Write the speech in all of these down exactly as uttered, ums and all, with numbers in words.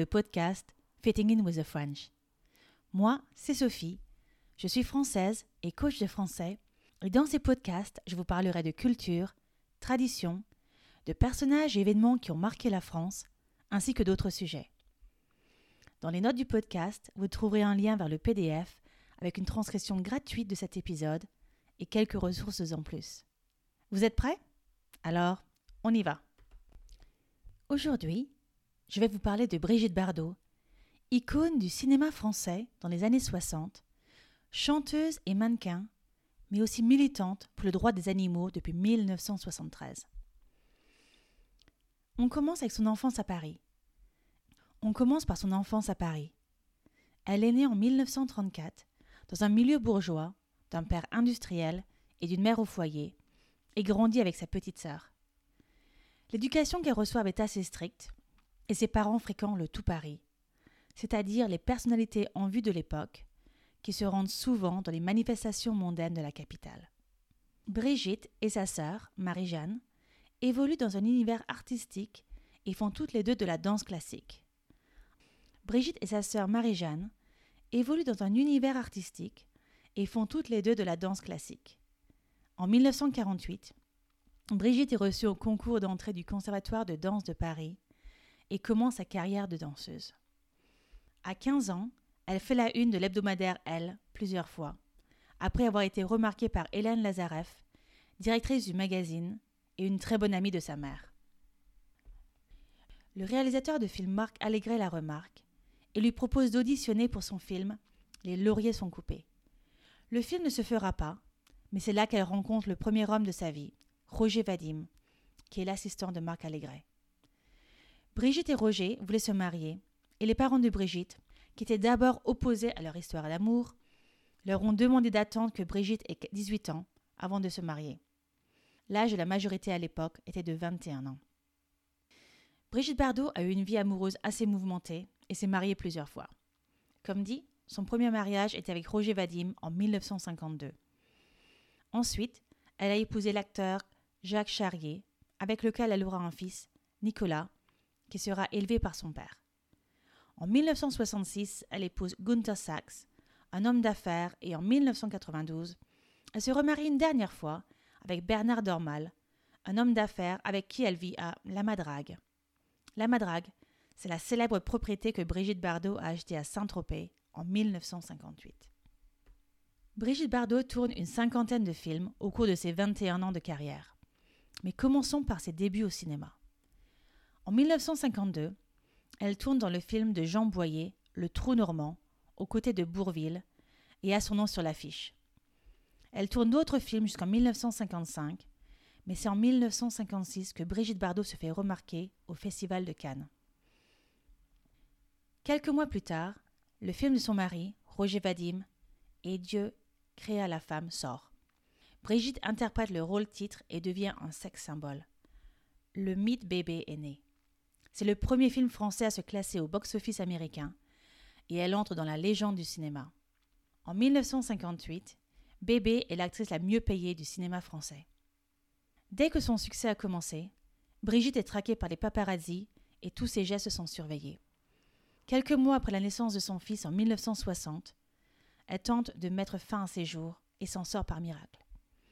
le podcast Fitting in with the French. Moi, c'est Sophie. Je suis française et coach de français. Et dans ces podcasts, je vous parlerai de culture, tradition, de personnages et événements qui ont marqué la France, ainsi que d'autres sujets. Dans les notes du podcast, vous trouverez un lien vers le P D F avec une transcription gratuite de cet épisode et quelques ressources en plus. Vous êtes prêts? Alors, on y va. Aujourd'hui, je vais vous parler de Brigitte Bardot, icône du cinéma français dans les années soixante, chanteuse et mannequin, mais aussi militante pour le droit des animaux depuis mille neuf cent soixante-treize. On commence avec son enfance à Paris. On commence par son enfance à Paris. Elle est née en mille neuf cent trente-quatre dans un milieu bourgeois, d'un père industriel et d'une mère au foyer, et grandit avec sa petite sœur. L'éducation qu'elle reçoit est assez stricte, et ses parents fréquentent le tout Paris, c'est-à-dire les personnalités en vue de l'époque, qui se rendent souvent dans les manifestations mondaines de la capitale. Brigitte et sa sœur, Marie-Jeanne, évoluent dans un univers artistique et font toutes les deux de la danse classique. Brigitte et sa sœur Marie-Jeanne évoluent dans un univers artistique et font toutes les deux de la danse classique. En mille neuf cent quarante-huit, Brigitte est reçue au concours d'entrée du Conservatoire de danse de Paris et commence sa carrière de danseuse. À quinze ans, elle fait la une de l'hebdomadaire Elle plusieurs fois, après avoir été remarquée par Hélène Lazareff, directrice du magazine et une très bonne amie de sa mère. Le réalisateur de film Marc Allégret la remarque et lui propose d'auditionner pour son film Les lauriers sont coupés. Le film ne se fera pas, mais c'est là qu'elle rencontre le premier homme de sa vie, Roger Vadim, qui est l'assistant de Marc Allégret. Brigitte et Roger voulaient se marier, et les parents de Brigitte, qui étaient d'abord opposés à leur histoire d'amour, leur ont demandé d'attendre que Brigitte ait dix-huit ans avant de se marier. L'âge de la majorité à l'époque était de vingt et un ans. Brigitte Bardot a eu une vie amoureuse assez mouvementée et s'est mariée plusieurs fois. Comme dit, son premier mariage était avec Roger Vadim en mille neuf cent cinquante-deux. Ensuite, elle a épousé l'acteur Jacques Charrier, avec lequel elle aura un fils, Nicolas, qui sera élevé par son père. En mille neuf cent soixante-six, elle épouse Gunther Sachs, un homme d'affaires, et en mille neuf cent quatre-vingt-douze, elle se remarie une dernière fois avec Bernard Dormal, un homme d'affaires avec qui elle vit à La Madrague. La Madrague, c'est la célèbre propriété que Brigitte Bardot a achetée à Saint-Tropez en mille neuf cent cinquante-huit. Brigitte Bardot tourne une cinquantaine de films au cours de ses vingt et un ans de carrière. Mais commençons par ses débuts au cinéma. En mille neuf cent cinquante-deux, elle tourne dans le film de Jean Boyer, Le Trou Normand, aux côtés de Bourvil, et a son nom sur l'affiche. Elle tourne d'autres films jusqu'en mille neuf cent cinquante-cinq, mais c'est en mille neuf cent cinquante-six que Brigitte Bardot se fait remarquer au Festival de Cannes. Quelques mois plus tard, le film de son mari, Roger Vadim, Et Dieu créa la femme sort. Brigitte interprète le rôle-titre et devient un sex-symbole. Le mythe bébé est né. C'est le premier film français à se classer au box-office américain et elle entre dans la légende du cinéma. En mille neuf cent cinquante-huit, Bébé est l'actrice la mieux payée du cinéma français. Dès que son succès a commencé, Brigitte est traquée par les paparazzis et tous ses gestes sont surveillés. Quelques mois après la naissance de son fils en mille neuf cent soixante, elle tente de mettre fin à ses jours et s'en sort par miracle.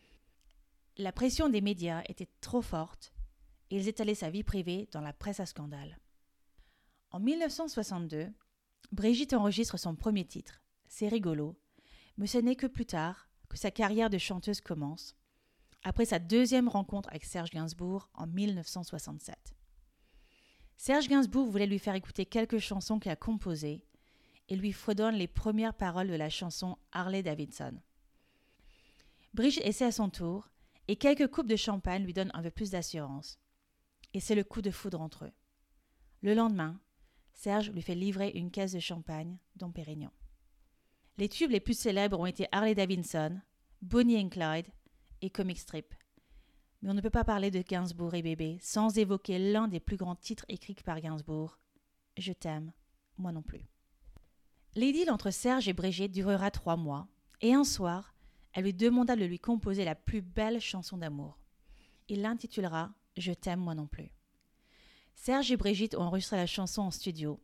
La pression des médias était trop forte et ils étalaient sa vie privée dans la presse à scandale. En mille neuf cent soixante-deux, Brigitte enregistre son premier titre, C'est rigolo, mais ce n'est que plus tard que sa carrière de chanteuse commence, après sa deuxième rencontre avec Serge Gainsbourg en mille neuf cent soixante-sept. Serge Gainsbourg voulait lui faire écouter quelques chansons qu'il a composées et lui fredonne les premières paroles de la chanson Harley Davidson. Brigitte essaie à son tour et quelques coupes de champagne lui donnent un peu plus d'assurance. Et c'est le coup de foudre entre eux. Le lendemain, Serge lui fait livrer une caisse de champagne, dont Pérignon. Les tubes les plus célèbres ont été Harley Davidson, Bonnie and Clyde et Comic Strip. Mais on ne peut pas parler de Gainsbourg et Bébé sans évoquer l'un des plus grands titres écrits par Gainsbourg, Je t'aime, moi non plus. L'idylle entre Serge et Brigitte durera trois mois, et un soir, elle lui demanda de lui composer la plus belle chanson d'amour. Il l'intitulera « Je t'aime moi non plus ». Serge et Brigitte ont enregistré la chanson en studio,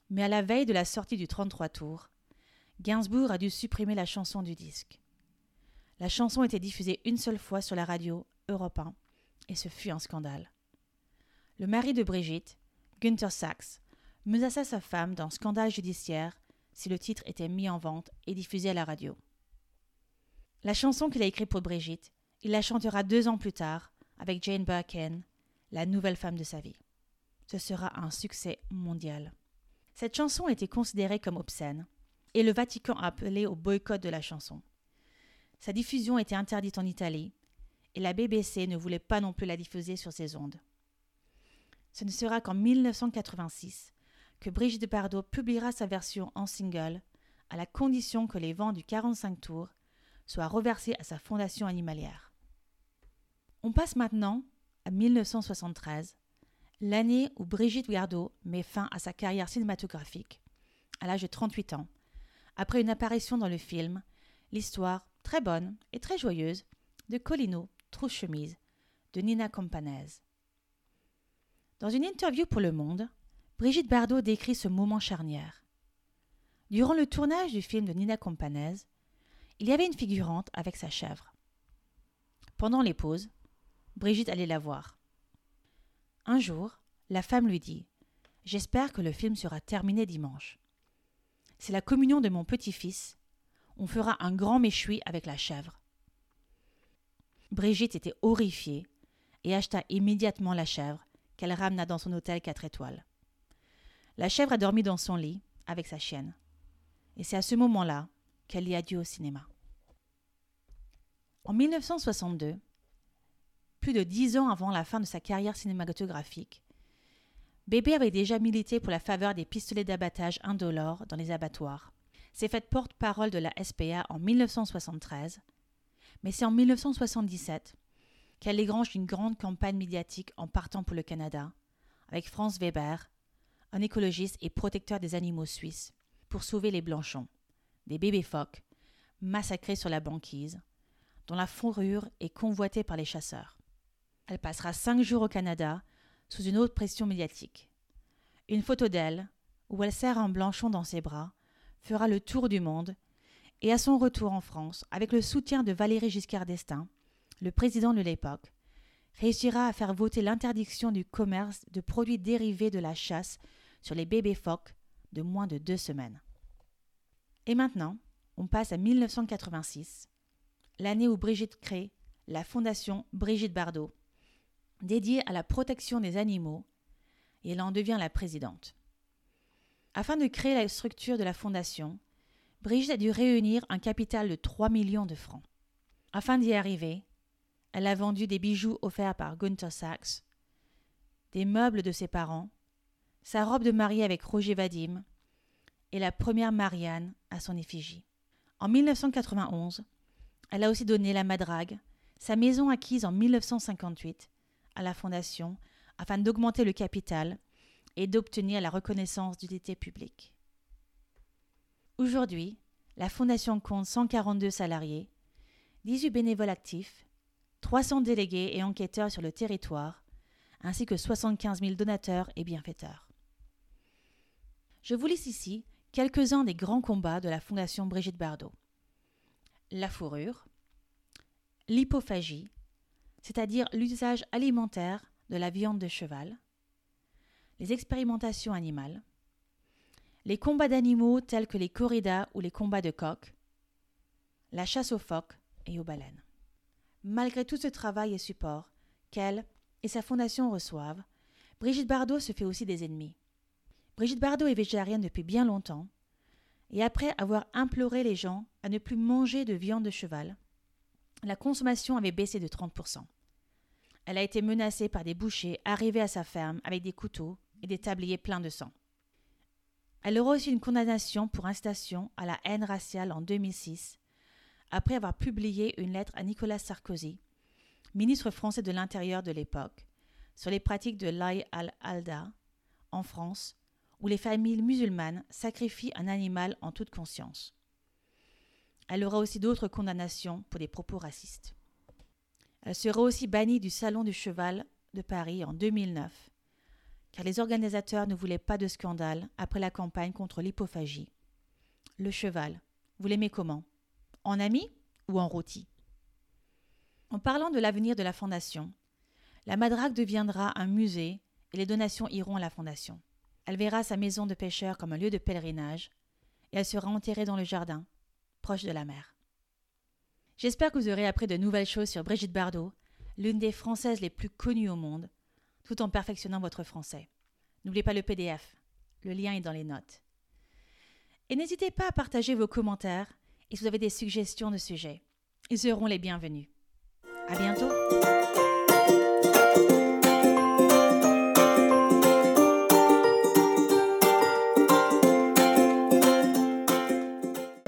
Mais à la veille de la sortie du trente-trois tours, Gainsbourg a dû supprimer la chanson du disque. La chanson était diffusée une seule fois sur la radio Europe un et ce fut un scandale. Le mari de Brigitte, Günther Sachs, menaça sa femme d'un scandale judiciaire si le titre était mis en vente et diffusé à la radio. La chanson qu'il a écrite pour Brigitte, il la chantera deux ans plus tard avec Jane Birkin, la nouvelle femme de sa vie. Ce sera un succès mondial. Cette chanson a été considérée comme obscène et le Vatican a appelé au boycott de la chanson. Sa diffusion était interdite en Italie et la B B C ne voulait pas non plus la diffuser sur ses ondes. Ce ne sera qu'en dix-neuf cent quatre-vingt-six que Brigitte Bardot publiera sa version en single à la condition que les ventes du quarante-cinq tours soient reversés à sa fondation animalière. On passe maintenant à dix-neuf cent soixante-treize, l'année où Brigitte Bardot met fin à sa carrière cinématographique, à l'âge de trente-huit ans, après une apparition dans le film « L'histoire très bonne et très joyeuse de Colino, Trousse-Chemise » de Nina Campanese. Dans une interview pour Le Monde, Brigitte Bardot décrit ce moment charnière. Durant le tournage du film de Nina Campanese, il y avait une figurante avec sa chèvre. Pendant les pauses, Brigitte allait la voir. Un jour, la femme lui dit « J'espère que le film sera terminé dimanche. C'est la communion de mon petit-fils. On fera un grand méchoui avec la chèvre. » Brigitte était horrifiée et acheta immédiatement la chèvre qu'elle ramena dans son hôtel quatre étoiles. La chèvre a dormi dans son lit avec sa chienne. Et c'est à ce moment-là qu'elle dit adieu au cinéma. En dix-neuf cent soixante-deux, plus de dix ans avant la fin de sa carrière cinématographique, Bébé avait déjà milité pour la faveur des pistolets d'abattage indolores dans les abattoirs. S'est faite porte-parole de la S P A en dix-neuf cent soixante-treize, mais c'est en dix-neuf cent soixante-dix-sept qu'elle dégrange une grande campagne médiatique en partant pour le Canada, avec Franz Weber, un écologiste et protecteur des animaux suisses, pour sauver les blanchons, des bébés phoques, massacrés sur la banquise, dont la fourrure est convoitée par les chasseurs. Elle passera cinq jours au Canada sous une haute pression médiatique. Une photo d'elle, où elle serre un blanchon dans ses bras, fera le tour du monde et à son retour en France, avec le soutien de Valéry Giscard d'Estaing, le président de l'époque, réussira à faire voter l'interdiction du commerce de produits dérivés de la chasse sur les bébés phoques de moins de deux semaines. Et maintenant, on passe à dix-neuf cent quatre-vingt-six, l'année où Brigitte crée la fondation Brigitte Bardot, dédiée à la protection des animaux, et elle en devient la présidente. Afin de créer la structure de la fondation, Brigitte a dû réunir un capital de trois millions de francs. Afin d'y arriver, elle a vendu des bijoux offerts par Günther Sachs, des meubles de ses parents, sa robe de mariée avec Roger Vadim et la première Marianne à son effigie. En dix-neuf cent quatre-vingt-onze, elle a aussi donné la Madrague, sa maison acquise en dix-neuf cent cinquante-huit, à la fondation afin d'augmenter le capital et d'obtenir la reconnaissance d'utilité publique. Aujourd'hui, la fondation compte cent quarante-deux salariés, dix-huit bénévoles actifs, trois cents délégués et enquêteurs sur le territoire, ainsi que soixante-quinze mille donateurs et bienfaiteurs. Je vous liste ici quelques-uns des grands combats de la Fondation Brigitte Bardot. La fourrure, l'hypophagie, c'est-à-dire l'usage alimentaire de la viande de cheval, les expérimentations animales, les combats d'animaux tels que les corridas ou les combats de coqs, la chasse aux phoques et aux baleines. Malgré tout ce travail et support qu'elle et sa fondation reçoivent, Brigitte Bardot se fait aussi des ennemis. Brigitte Bardot est végétarienne depuis bien longtemps, et après avoir imploré les gens à ne plus manger de viande de cheval, la consommation avait baissé de trente pour cent. Elle a été menacée par des bouchers arrivés à sa ferme avec des couteaux et des tabliers pleins de sang. Elle aura aussi une condamnation pour incitation à la haine raciale en deux mille six, après avoir publié une lettre à Nicolas Sarkozy, ministre français de l'Intérieur de l'époque, sur les pratiques de l'Aïd al-Adha en France, où les familles musulmanes sacrifient un animal en toute conscience. Elle aura aussi d'autres condamnations pour des propos racistes. Elle sera aussi bannie du Salon du Cheval de Paris en deux mille neuf, car les organisateurs ne voulaient pas de scandale après la campagne contre l'hypophagie. Le cheval, vous l'aimez comment? En ami ou en rôti? En parlant de l'avenir de la fondation, la Madrague deviendra un musée et les donations iront à la fondation. Elle verra sa maison de pêcheur comme un lieu de pèlerinage et elle sera enterrée dans le jardin, proche de la mer. J'espère que vous aurez appris de nouvelles choses sur Brigitte Bardot, l'une des Françaises les plus connues au monde, tout en perfectionnant votre français. N'oubliez pas le P D F, le lien est dans les notes. Et n'hésitez pas à partager vos commentaires et si vous avez des suggestions de sujets. Ils seront les bienvenus. À bientôt!